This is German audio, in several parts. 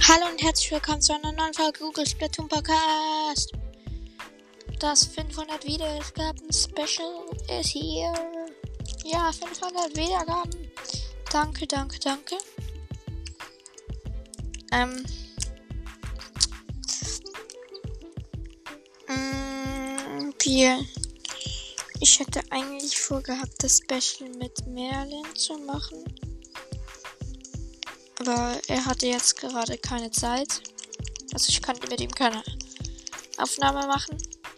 Hallo und herzlich willkommen zu einer neuen Folge Google Splatoon Podcast. Das 500 Wiedergaben Special ist hier. Ja, 500 Wiedergaben. Danke. Ich hätte eigentlich vorgehabt, das Special mit Merlin zu machen. Aber er hatte jetzt gerade keine Zeit. Also ich konnte mit ihm keine Aufnahme machen.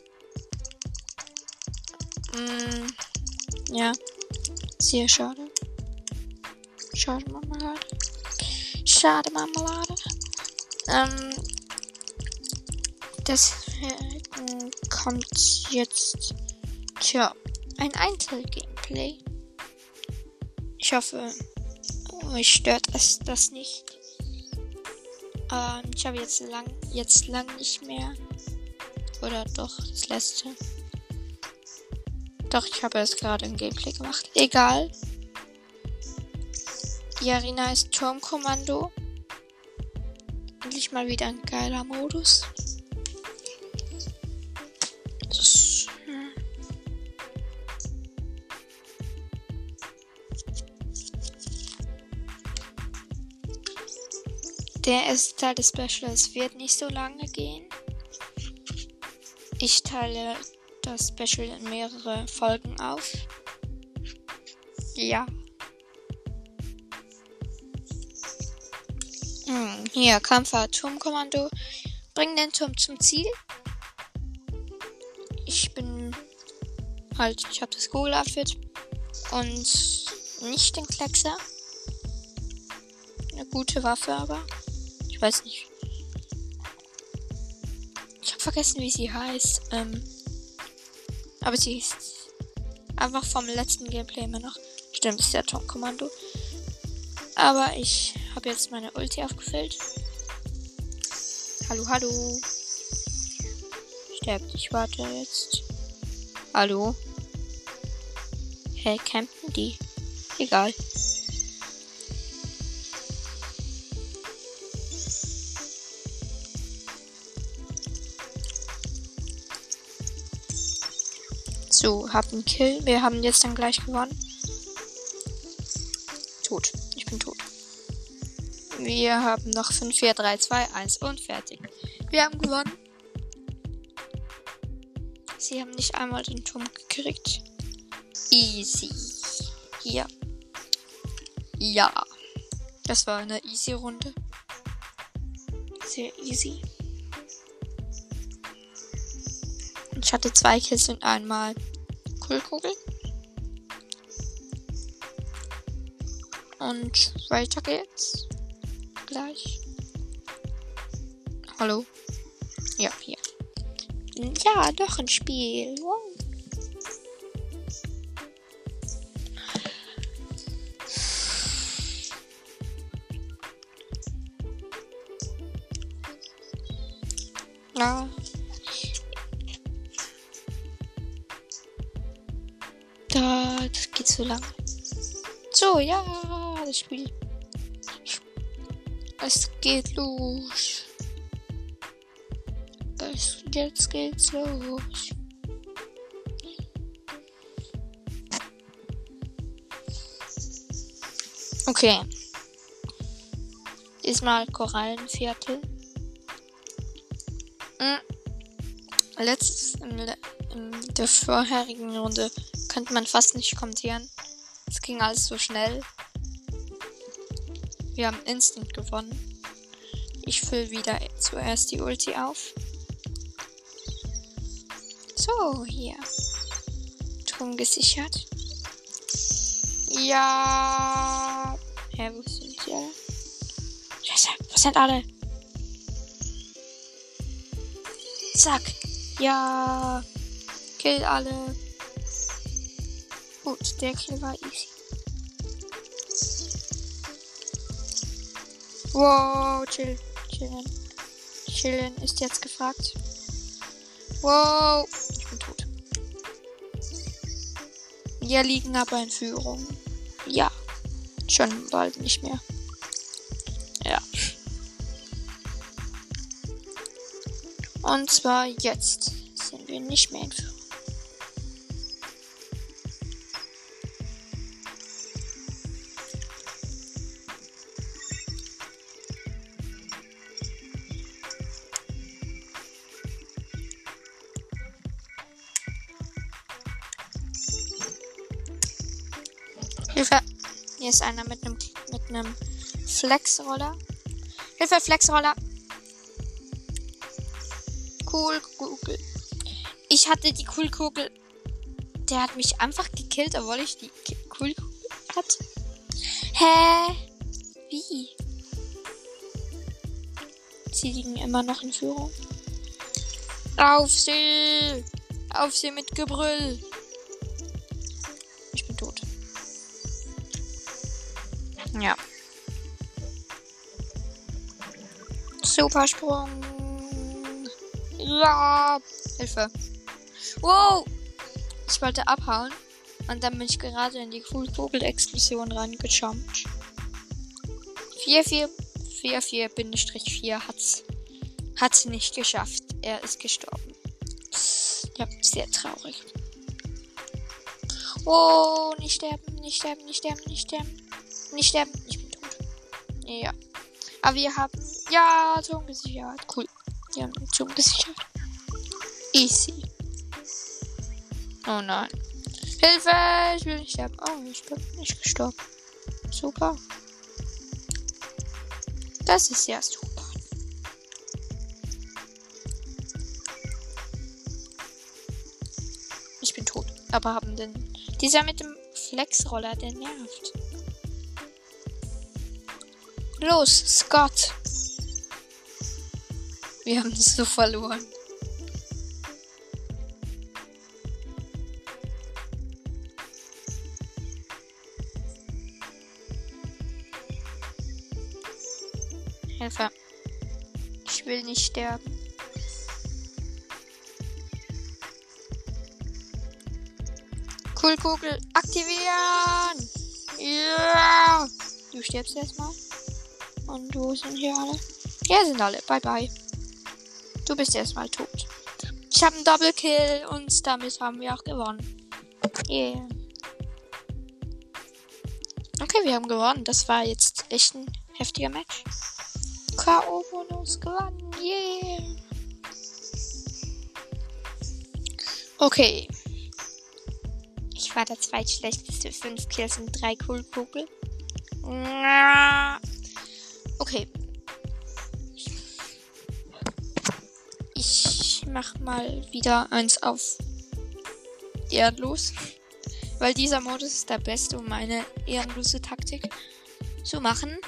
Ja. Sehr schade. Schade Marmelade. Deswegen kommt jetzt ein Einzel-Gameplay. Ich hoffe, euch stört es das nicht. Ich habe jetzt lang nicht mehr. Oder doch, das letzte. Doch, ich habe es gerade im Gameplay gemacht. Egal. Die Arena ist Turmkommando. Endlich mal wieder ein geiler Modus. Der erste Teil des Specials wird nicht so lange gehen. Ich teile das Special in mehrere Folgen auf. Ja. Hier, Kampfer Turmkommando. Bring den Turm zum Ziel. Ich habe das Google-Outfit und nicht den Kleckser. Eine gute Waffe, aber ich weiß nicht. Ich habe vergessen, wie sie heißt. Aber sie ist einfach vom letzten Gameplay immer noch. Stimmt, ist der Turmkommando. Aber ich habe jetzt meine Ulti aufgefüllt. Hallo. Sterbt, ich warte jetzt. Hallo. Hey, campen die? Egal. So, hab einen Kill. Wir haben jetzt dann gleich gewonnen. Tot. Ich bin tot. Wir haben noch 5, 4, 3, 2, 1 und fertig. Wir haben gewonnen. Sie haben nicht einmal den Turm gekriegt. Easy. Hier. Ja. Das war eine easy Runde. Sehr easy. Ich hatte 2 Kills und einmal Kugel. Und weiter geht's. Gleich. Hallo. Ja, hier. Ja, doch ein Spiel. Wow. Ja. Das geht so lang. So, ja, das Spiel. Es geht los. Jetzt geht's los. Okay. Diesmal Korallenviertel. In der vorherigen Runde könnte man fast nicht kommentieren. Es ging alles so schnell. Wir haben instant gewonnen. Ich fülle wieder zuerst die Ulti auf. So, hier. Turm gesichert. Ja. Hä, wo sind die alle? Scheiße, wo sind alle? Zack. Ja. Kill alle. Gut, der Kill war easy. Wow, chillen ist jetzt gefragt. Wow, ich bin tot. Wir liegen aber in Führung. Ja, schon bald nicht mehr. Ja. Und zwar jetzt sind wir nicht mehr in Führung. Hilfe! Hier ist einer mit einem Flexroller. Hilfe, Flexroller! Cool-Kugel. Ich hatte die Cool-Kugel. Der hat mich einfach gekillt, obwohl ich die Cool-Kugel hatte. Hä? Wie? Sie liegen immer noch in Führung. Auf sie! Auf sie mit Gebrüll! Ich bin tot. Ja. Supersprung. Ja. Hilfe. Wow. Ich wollte abhauen. Und dann bin ich gerade in die Kugel-Explosion reingejumpt. 4444-4 hat's nicht geschafft. Er ist gestorben. Ja, sehr traurig. Oh, nicht sterben, nicht sterben, nicht sterben, nicht sterben. Nicht sterben, ich bin tot. Ja. Aber wir haben... Ja, Turm gesichert. Cool. Wir haben den Turm gesichert. Easy. Oh nein. Hilfe! Ich will nicht sterben. Oh, ich bin nicht gestorben. Super. Das ist ja super. Ich bin tot. Aber haben den... Dieser mit dem Flexroller, der nervt. Los, Scott. Wir haben es so verloren. Hilfe. Ich will nicht sterben. Cool-Kugel aktivieren. Ja. Du stirbst erstmal. Und wo sind hier alle? Hier sind alle. Bye bye. Du bist erstmal tot. Ich habe einen Double Kill und damit haben wir auch gewonnen. Yeah. Okay, wir haben gewonnen. Das war jetzt echt ein heftiger Match. K.O.-Bonus gewonnen. Yeah. Okay. Ich war der zweitschlechteste. 5 Kills und 3 Cool-Kugel. Okay. Ich mach mal wieder eins auf ehrenlos. Weil dieser Modus ist der beste, um eine ehrenlose Taktik zu machen.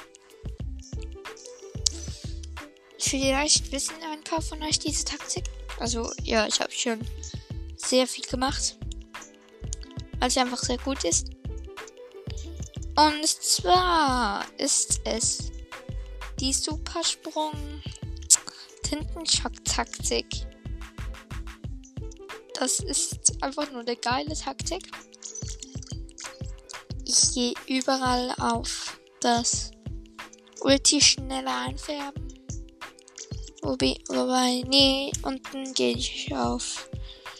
Vielleicht wissen ein paar von euch diese Taktik. Also, ja, ich habe schon sehr viel gemacht. Weil sie einfach sehr gut ist. Und zwar ist es die Supersprung-Tintenschock-Taktik. Das ist einfach nur eine geile Taktik. Ich gehe überall auf das Ulti schneller einfärben. Wobei, nee, unten gehe ich auf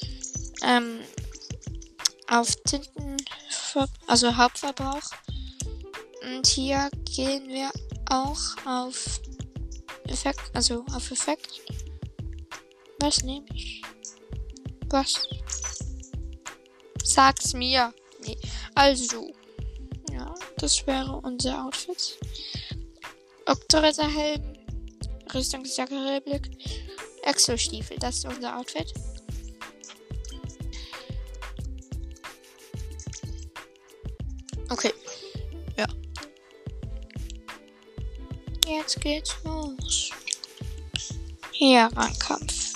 also Hauptverbrauch. Und hier gehen wir auch auf Effekt, also auf Effekt. Was nehme ich? Was? Sag's mir. Nee. Also, ja, das wäre unser Outfit. Oktoritterhelm, Rüstungsjacke, Relic, Exostiefel, das ist unser Outfit. Okay. Ja. Jetzt geht's los. Hier, Kampf.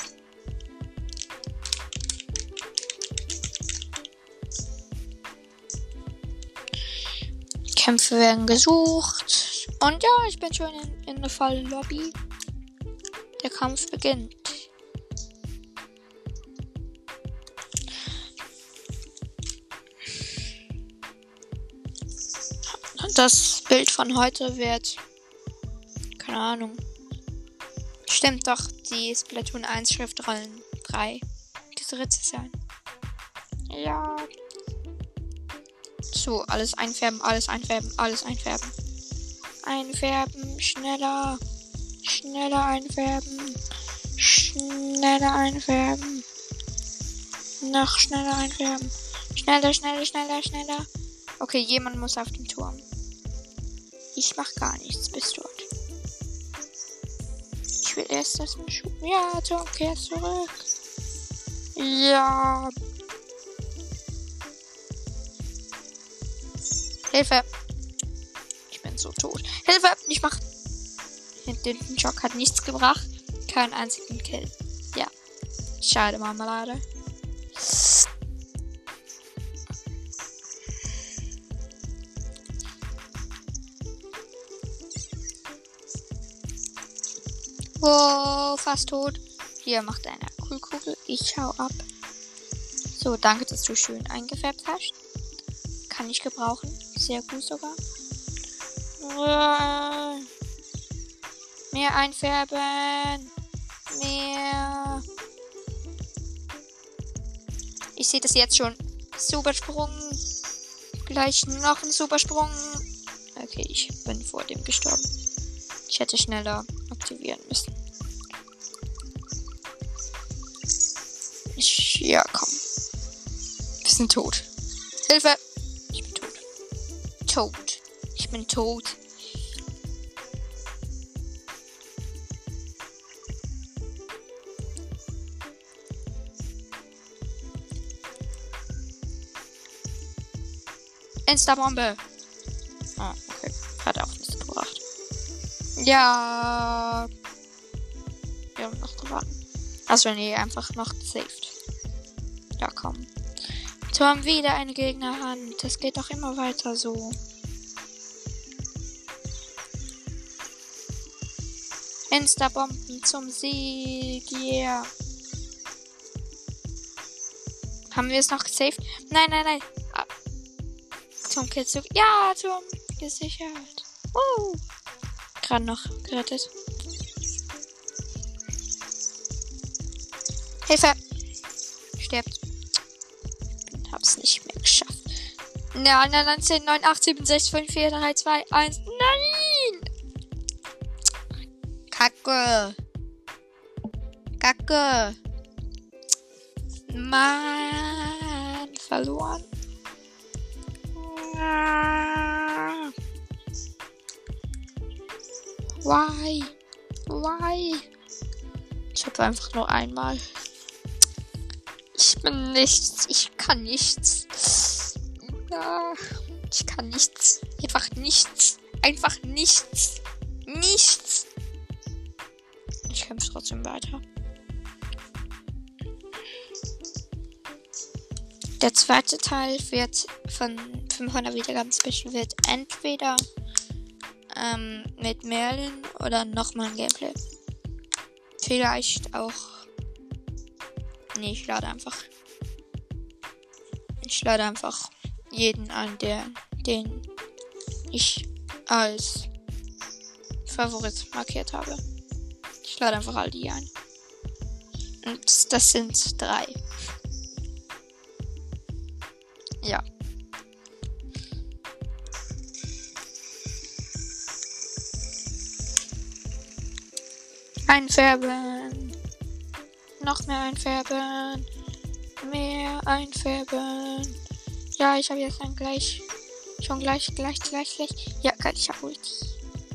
Kämpfe werden gesucht. Und ja, ich bin schon in der vollen Lobby. Der Kampf beginnt. Das Bild von heute wird, keine Ahnung, Stimmt doch, die Splatoon 1 Schriftrollen 3. Die dritte sein. Ja. So, alles einfärben, alles einfärben, alles einfärben. Einfärben, schneller. Schneller einfärben. Schneller einfärben. Noch schneller einfärben. Schneller, schneller, schneller, schneller. Okay, jemand muss auf den Turm. Ich mach gar nichts bis dort. Ich will erst das im Schuh. Ja, Turm, kehr zurück. Ja. Hilfe. Ich bin so tot. Hilfe, ich mach. Den Schock hat nichts gebracht. Keinen einzigen Kill. Ja. Schade, Marmelade. Wow, fast tot. Hier macht eine Kühlkugel. Ich hau ab. So, danke, dass du schön eingefärbt hast. Kann ich gebrauchen. Sehr gut sogar. Mehr einfärben. Mehr. Ich sehe das jetzt schon. Supersprung. Gleich noch ein Supersprung. Okay, ich bin vor dem gestorben. Ich hätte schneller aktivieren müssen. Ja, komm. Wir sind tot. Hilfe! Ich bin tot. Tot. Ich bin tot. Insta-Bombe. Ah, okay. Hat auch nichts gebracht. Ja. Wir haben noch gewonnen. Also nee, einfach noch gesaved. Ja, komm. Turm wieder eine Gegnerhand. Das geht doch immer weiter so. Insta-Bomben zum Sieg. Yeah. Haben wir es noch gesaved? Nein, nein, nein. Ah. Turm geht zurück. Ja, Turm gesichert. Gerade noch gerettet. Hilfe! Stirbt. Hab's nicht mehr geschafft. Nein, 19, 9, 8, 7, 6, 5, 4, 3, 2, 1. Nein! Kacke. Kacke. Mann. Verloren. Why? Why? Ich habe einfach nur einmal. Ich bin nichts. Ich kann nichts. Ja, ich kann nichts. Einfach nichts. Einfach nichts. Nichts. Ich kämpfe trotzdem weiter. Der zweite Teil wird von 500 Wiedergaben Special wird entweder mit Merlin oder nochmal ein Gameplay. Vielleicht auch. Nee, ich lade einfach jeden ein, den ich als Favorit markiert habe. Ich lade einfach all die ein. Und das sind 3. Ja. Einfärben. Noch mehr einfärben. Mehr einfärben. Ja, ich habe jetzt dann gleich. Gleich. Ja, geil, ich habe Ulti.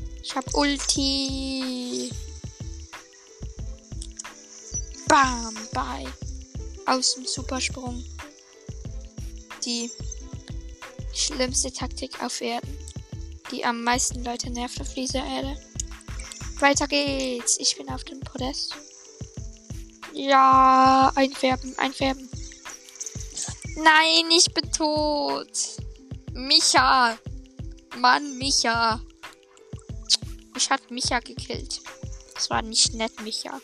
Bam, bye. Aus dem Supersprung. Die schlimmste Taktik auf Erden. Die am meisten Leute nervt auf dieser Erde. Weiter geht's. Ich bin auf dem Podest. Ja, einfärben. Nein, ich bin tot. Micha. Mann, Micha. Ich hat Micha gekillt. Das war nicht nett, Micha.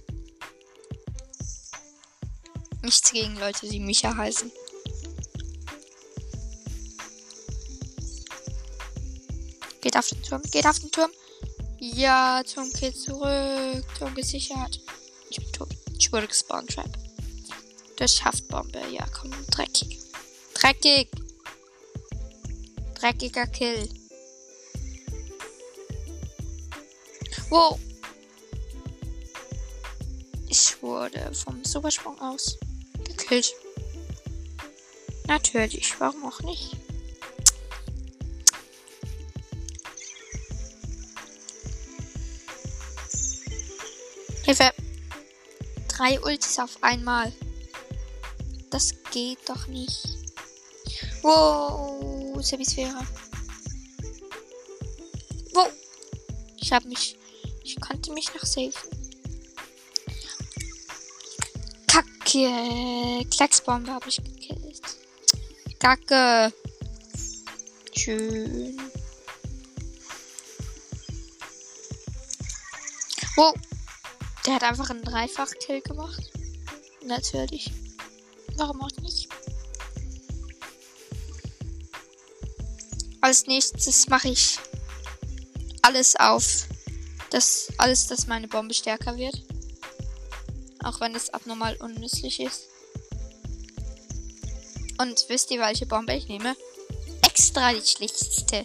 Nichts gegen Leute, die Micha heißen. Geht auf den Turm. Ja, Tonke zurück. Tonke Sicherheit. Ich bin tot. Ich wurde gespawnt, Trap. Durch Haftbombe. Ja, komm, dreckig. Dreckig. Dreckiger Kill. Wow. Ich wurde vom Supersprung aus gekillt. Natürlich, warum auch nicht? Hilfe! 3 Ultis auf einmal. Das geht doch nicht. Wow, Sebisphäre. Wow. Ich konnte mich noch safen. Kacke. Klecksbombe habe ich gekillt. Kacke. Schön. Wow. Der hat einfach einen Dreifach-Kill gemacht. Natürlich. Warum auch nicht? Als nächstes mache ich alles auf. Dass meine Bombe stärker wird. Auch wenn es abnormal unnützlich ist. Und wisst ihr, welche Bombe ich nehme? Extra die schlechteste.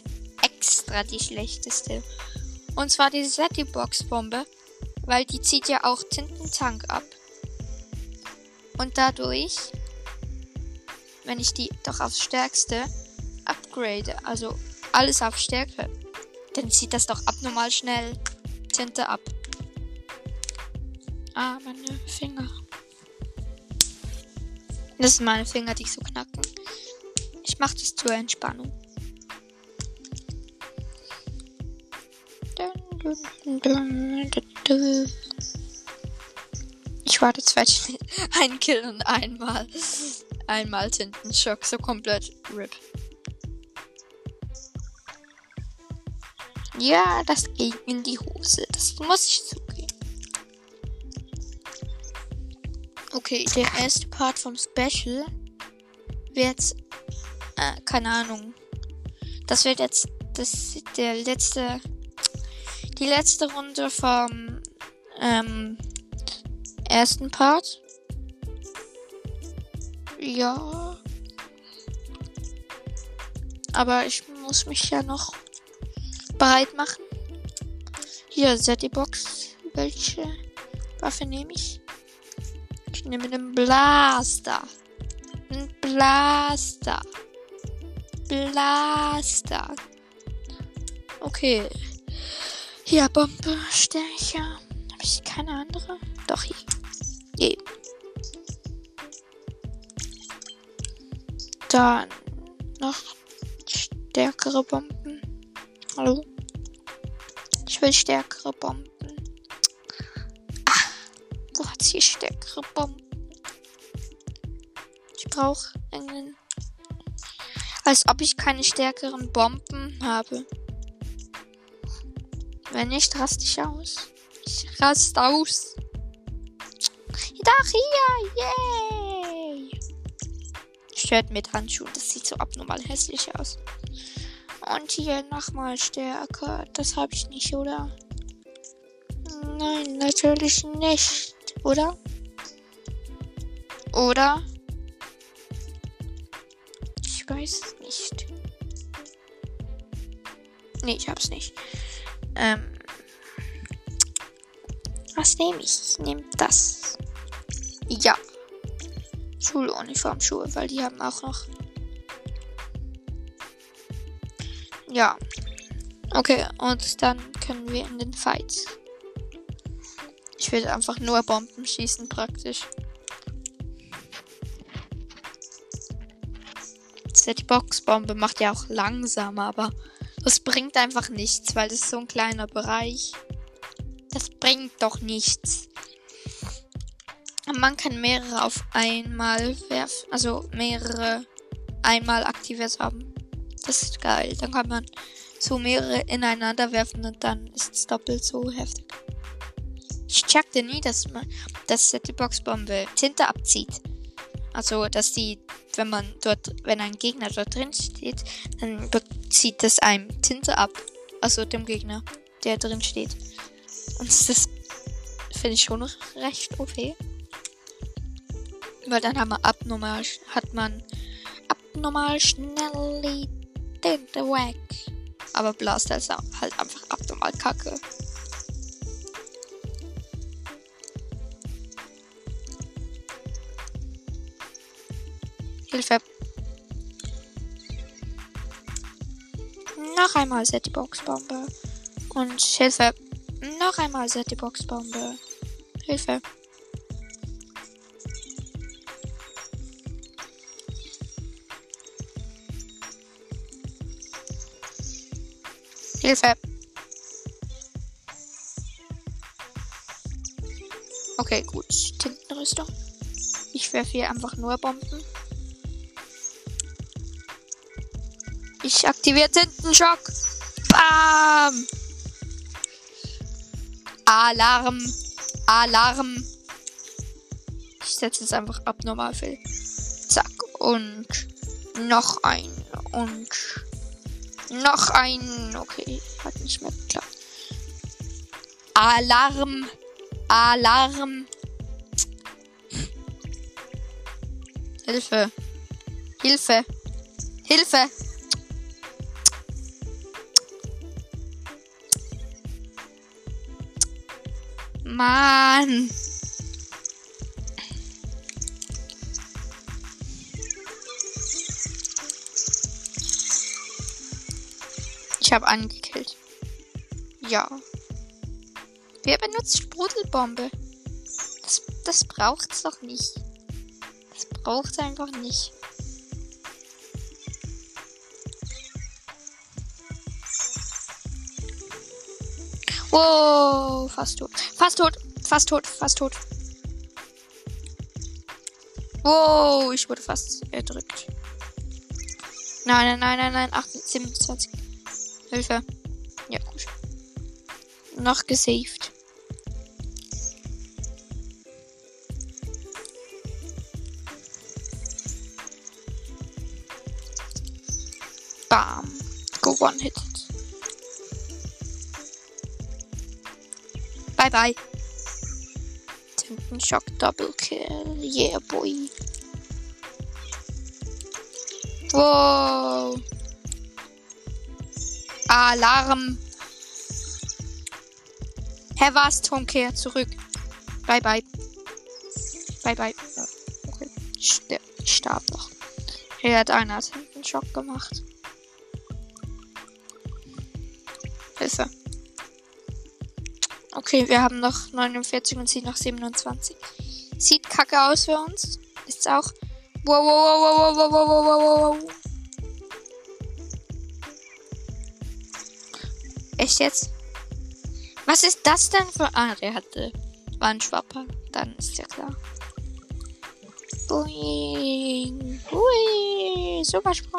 Und zwar die Zeti-Box-Bombe. Weil die zieht ja auch Tintentank ab. Und dadurch, wenn ich die doch aufs Stärkste upgrade, also alles auf Stärke, dann zieht das doch abnormal schnell Tinte ab. Ah, meine Finger. Das sind meine Finger, die so knacken. Ich mache das zur Entspannung. Ich warte 2 ein Kill und einmal Tintenschock, so komplett RIP. Ja, das ging in die Hose. Das muss ich zugeben. Okay, der erste Part vom Special wird, keine Ahnung. Das wird jetzt die letzte Runde vom ersten Part. Ja. Aber ich muss mich ja noch bereit machen. Hier, Zeti-Box. Welche Waffe nehme ich? Ich nehme einen Blaster. Blaster. Okay. Hier, Bombe, Stärke. Habe ich keine andere? Doch, hier. Eben. Dann noch stärkere Bomben. Hallo? Ich will stärkere Bomben. Wo hat sie stärkere Bomben? Ich brauche einen. Als ob ich keine stärkeren Bomben habe. Wenn nicht, raste ich aus. Ich raste aus. Doch, hier. Yay. Shirt mit Handschuhen. Das sieht so abnormal hässlich aus. Und hier nochmal Stärke. Das habe ich nicht, oder? Nein, natürlich nicht. Oder? Oder? Ich weiß es nicht. Nee, ich hab's nicht. Was nehme ich? Ich nehme das. Ja. Schuluniformschuhe, weil die haben auch noch. Ja. Okay, und dann können wir in den Fight. Ich will einfach nur Bomben schießen, praktisch. Die Boxbombe macht ja auch langsam, aber das bringt einfach nichts, weil das ist so ein kleiner Bereich. Das bringt doch nichts. Man kann mehrere auf einmal werfen, also mehrere einmal aktiviert haben. Das ist geil. Dann kann man so mehrere ineinander werfen und dann ist es doppelt so heftig. Ich checkte nie, dass die Boxbombe Tinte abzieht. Also, dass die, wenn ein Gegner dort drin steht, dann zieht das einem Tinte ab. Also dem Gegner. der drin steht. Und das finde ich schon recht OP. Weil dann hat man abnormal schnell den Wack. Aber Blaster ist halt einfach abnormal kacke. Hilfe. Noch einmal Set die Boxbombe. Und Hilfe. Noch einmal Set die Boxbombe. Hilfe. Hilfe. Okay, gut. Tintenrüstung. Ich werfe hier einfach nur Bomben. Ich aktiviere Tintenschock. Bam! Alarm. Alarm. Ich setze es einfach abnormal viel. Zack. Und noch ein. Und noch ein. Okay, hat nicht mehr geklappt. Alarm. Alarm. Hilfe. Hilfe. Hilfe. Mann. Ich habe angekillt. Ja. Wer benutzt Sprudelbombe? Das braucht's doch nicht. Das braucht's einfach nicht. Wow, fast tot. Fast tot. Fast tot. Fast tot. Wow, ich wurde fast erdrückt. Nein, nein, nein, nein, nein. 27. Hilfe. Ja, gut. Noch gesaved. Bam. Go one-hit. Bye bye. Tintenschock Double Kill. Yeah, boy. Wow. Alarm. Hä, was? Tom, kehr zurück. Bye bye. Bye bye. Okay. Der starb noch. Er hat einen Tintenschock gemacht. Hilfe. Okay, wir haben noch 49 und sie noch 27. Sieht kacke aus für uns. Ist auch. Wow, wow, wow, wow, wow, wow, wow, wow. Echt jetzt? Was ist das denn für... Ah, der hatte... War ein Schwapper. Dann ist ja klar. Ui. Ui. Supersprung.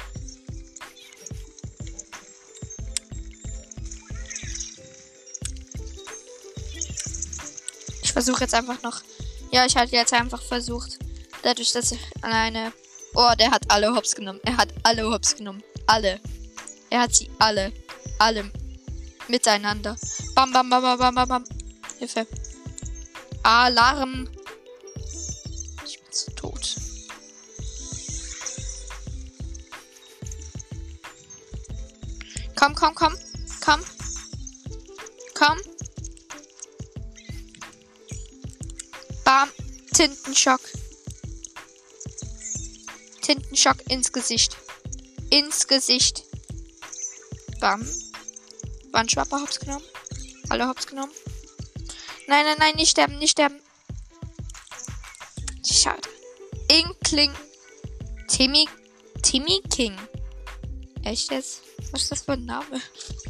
Ich versuche jetzt einfach noch... Ja, ich hatte jetzt einfach versucht... Dadurch, dass ich alleine... Oh, der hat alle Hops genommen. Er hat alle Hops genommen. Alle. Er hat sie alle. Alle. Miteinander. Bam, bam, bam, bam, bam, bam, bam. Hilfe. Alarm. Ich bin zu tot. Komm, komm, komm. Komm. Komm. Bam. Tintenschock. Tintenschock ins Gesicht. Ins Gesicht. Bam. War ein Schwapper Hops genommen? Alle Hops genommen? Nein, nein, nein, nicht sterben, nicht sterben. Schade. Inkling. Timmy King. Echt jetzt? Was ist das für ein Name?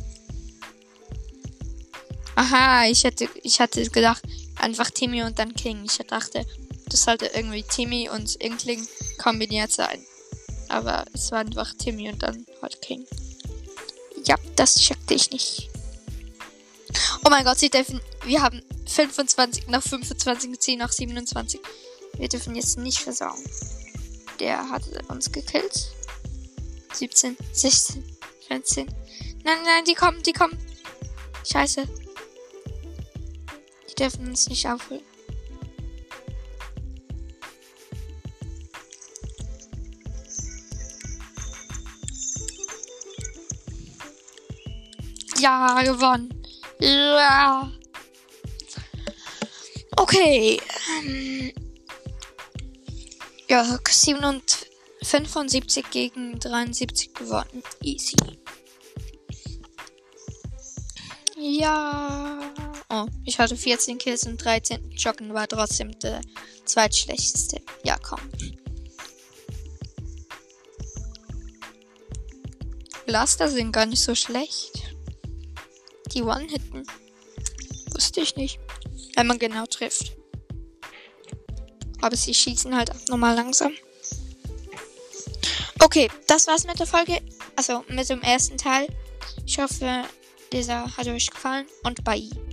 Aha, ich hatte gedacht, einfach Timmy und dann King. Ich dachte, das sollte irgendwie Timmy und Inkling kombiniert sein. Aber es war einfach Timmy und dann halt King. Ja, das checkte ich nicht. Oh mein Gott, wir haben 25 nach 25, 10 nach 27. Wir dürfen jetzt nicht versauen. Der hat uns gekillt. 17, 16, 15. Nein, nein, die kommen. Scheiße. Die dürfen uns nicht aufholen. Ja, gewonnen. Ja. Okay. Ja, 75 gegen 73 gewonnen. Easy. Ja. Oh, ich hatte 14 Kills und 13. Joggen war trotzdem der zweitschlechteste. Ja, komm. Blaster sind gar nicht so schlecht. Die One-Hitten. Wusste ich nicht. Wenn man genau trifft. Aber sie schießen halt auch nochmal langsam. Okay, das war's mit der Folge. Also mit dem ersten Teil. Ich hoffe, dieser hat euch gefallen. Und bye.